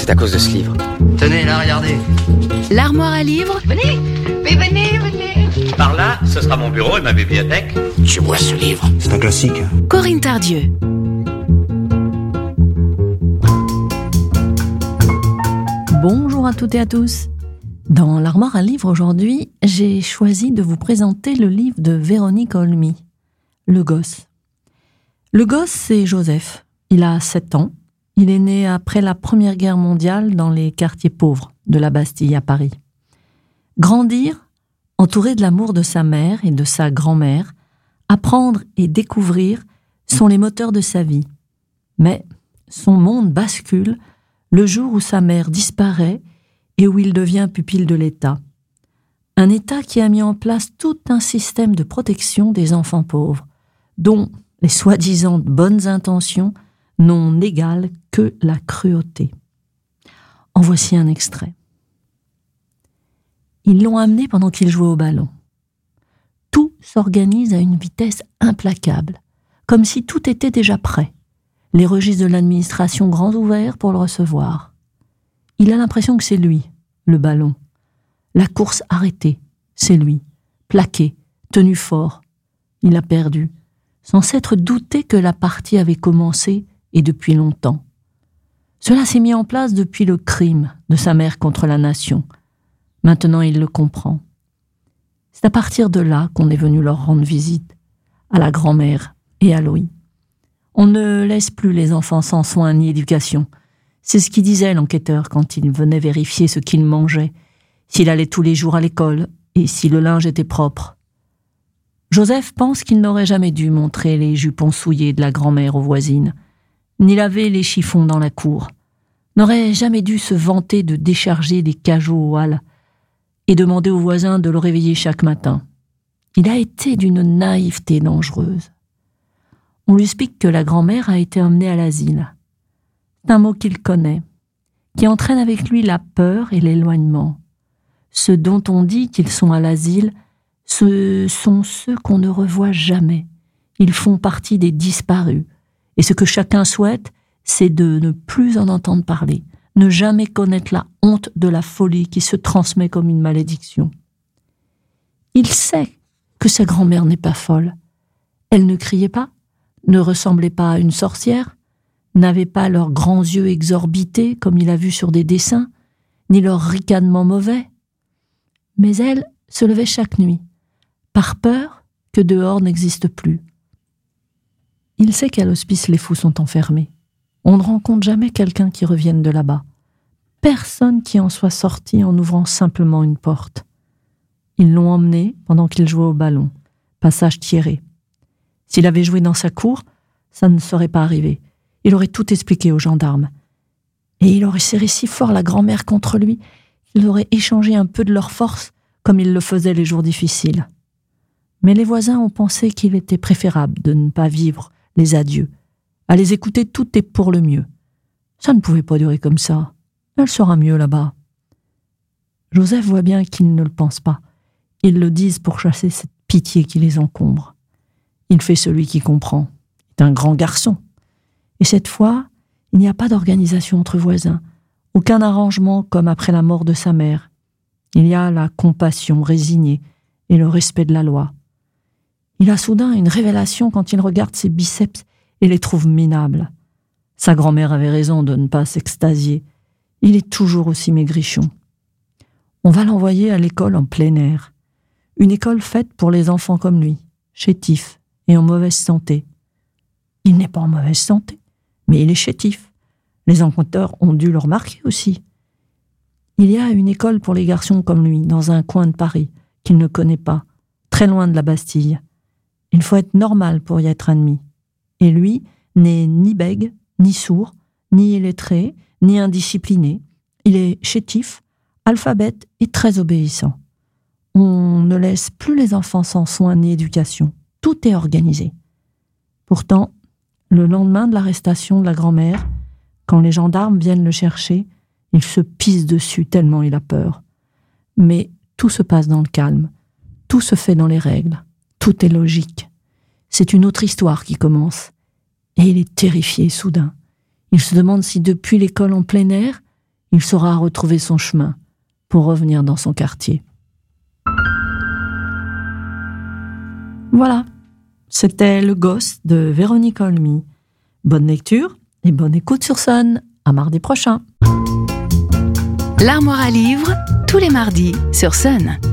C'est à cause de ce livre. Tenez, là, regardez. L'armoire à livres. Venez, mais venez. Par là, ce sera mon bureau et ma bibliothèque. Tu vois ce livre? C'est un classique. Corinne Tardieu. Bonjour à toutes et à tous. Dans l'armoire à livres aujourd'hui, j'ai choisi de vous présenter le livre de Véronique Olmy, Le Gosse. Le Gosse, c'est Joseph. Il a 7 ans. Il est né après la Première Guerre mondiale dans les quartiers pauvres de la Bastille à Paris. Grandir, entouré de l'amour de sa mère et de sa grand-mère, apprendre et découvrir sont les moteurs de sa vie. Mais son monde bascule le jour où sa mère disparaît et où il devient pupille de l'État. Un État qui a mis en place tout un système de protection des enfants pauvres, dont les soi-disant bonnes intentions n'ont d'égal que la cruauté. En voici un extrait. Ils l'ont amené pendant qu'il jouait au ballon. Tout s'organise à une vitesse implacable, comme si tout était déjà prêt. Les registres de l'administration grands ouverts pour le recevoir. Il a l'impression que c'est lui, le ballon. La course arrêtée, c'est lui, plaqué, tenu fort. Il a perdu, sans s'être douté que la partie avait commencé et depuis longtemps. Cela s'est mis en place depuis le crime de sa mère contre la nation. Maintenant, il le comprend. C'est à partir de là qu'on est venu leur rendre visite, à la grand-mère et à Louis. On ne laisse plus les enfants sans soins ni éducation. C'est ce qu'il disait l'enquêteur quand il venait vérifier ce qu'il mangeait, s'il allait tous les jours à l'école et si le linge était propre. Joseph pense qu'il n'aurait jamais dû montrer les jupons souillés de la grand-mère aux voisines, ni laver les chiffons dans la cour, n'aurait jamais dû se vanter de décharger les cajots aux halles et demander aux voisins de le réveiller chaque matin. Il a été d'une naïveté dangereuse. On lui explique que la grand-mère a été emmenée à l'asile. C'est un mot qu'il connaît, qui entraîne avec lui la peur et l'éloignement. Ceux dont on dit qu'ils sont à l'asile, ce sont ceux qu'on ne revoit jamais. Ils font partie des disparus. Et ce que chacun souhaite, c'est de ne plus en entendre parler, ne jamais connaître la honte de la folie qui se transmet comme une malédiction. Il sait que sa grand-mère n'est pas folle. Elle ne criait pas, ne ressemblait pas à une sorcière, n'avait pas leurs grands yeux exorbités comme il a vu sur des dessins, ni leur ricanement mauvais. Mais elle se levait chaque nuit, par peur que dehors n'existe plus. Il sait qu'à l'hospice, les fous sont enfermés. On ne rencontre jamais quelqu'un qui revienne de là-bas. Personne qui en soit sorti en ouvrant simplement une porte. Ils l'ont emmené pendant qu'il jouait au ballon, passage Thierry. S'il avait joué dans sa cour, ça ne serait pas arrivé. Il aurait tout expliqué aux gendarmes. Et il aurait serré si fort la grand-mère contre lui qu'ils auraient échangé un peu de leur force comme ils le faisaient les jours difficiles. Mais les voisins ont pensé qu'il était préférable de ne pas vivre les adieux. À les écouter, tout est pour le mieux. Ça ne pouvait pas durer comme ça. Elle sera mieux là-bas. Joseph voit bien qu'ils ne le pensent pas. Ils le disent pour chasser cette pitié qui les encombre. Il fait celui qui comprend. Il est un grand garçon. Et cette fois, il n'y a pas d'organisation entre voisins. Aucun arrangement comme après la mort de sa mère. Il y a la compassion résignée et le respect de la loi. Il a soudain une révélation quand il regarde ses biceps et les trouve minables. Sa grand-mère avait raison de ne pas s'extasier. Il est toujours aussi maigrichon. On va l'envoyer à l'école en plein air. Une école faite pour les enfants comme lui, chétifs et en mauvaise santé. Il n'est pas en mauvaise santé, mais il est chétif. Les enquêteurs ont dû le remarquer aussi. Il y a une école pour les garçons comme lui, dans un coin de Paris, qu'il ne connaît pas, très loin de la Bastille. Il faut être normal pour y être admis. Et lui n'est ni bègue, ni sourd, ni illettré, ni indiscipliné. Il est chétif, alphabète et très obéissant. On ne laisse plus les enfants sans soins ni éducation. Tout est organisé. Pourtant, le lendemain de l'arrestation de la grand-mère, quand les gendarmes viennent le chercher, il se pisse dessus tellement il a peur. Mais tout se passe dans le calme. Tout se fait dans les règles. Tout est logique. C'est une autre histoire qui commence. Et il est terrifié soudain. Il se demande si depuis l'école en plein air, il saura retrouver son chemin pour revenir dans son quartier. Voilà, c'était Le Gosse de Véronique Olmy. Bonne lecture et bonne écoute sur Sun. À mardi prochain. L'Armoire à livres, tous les mardis sur Sun.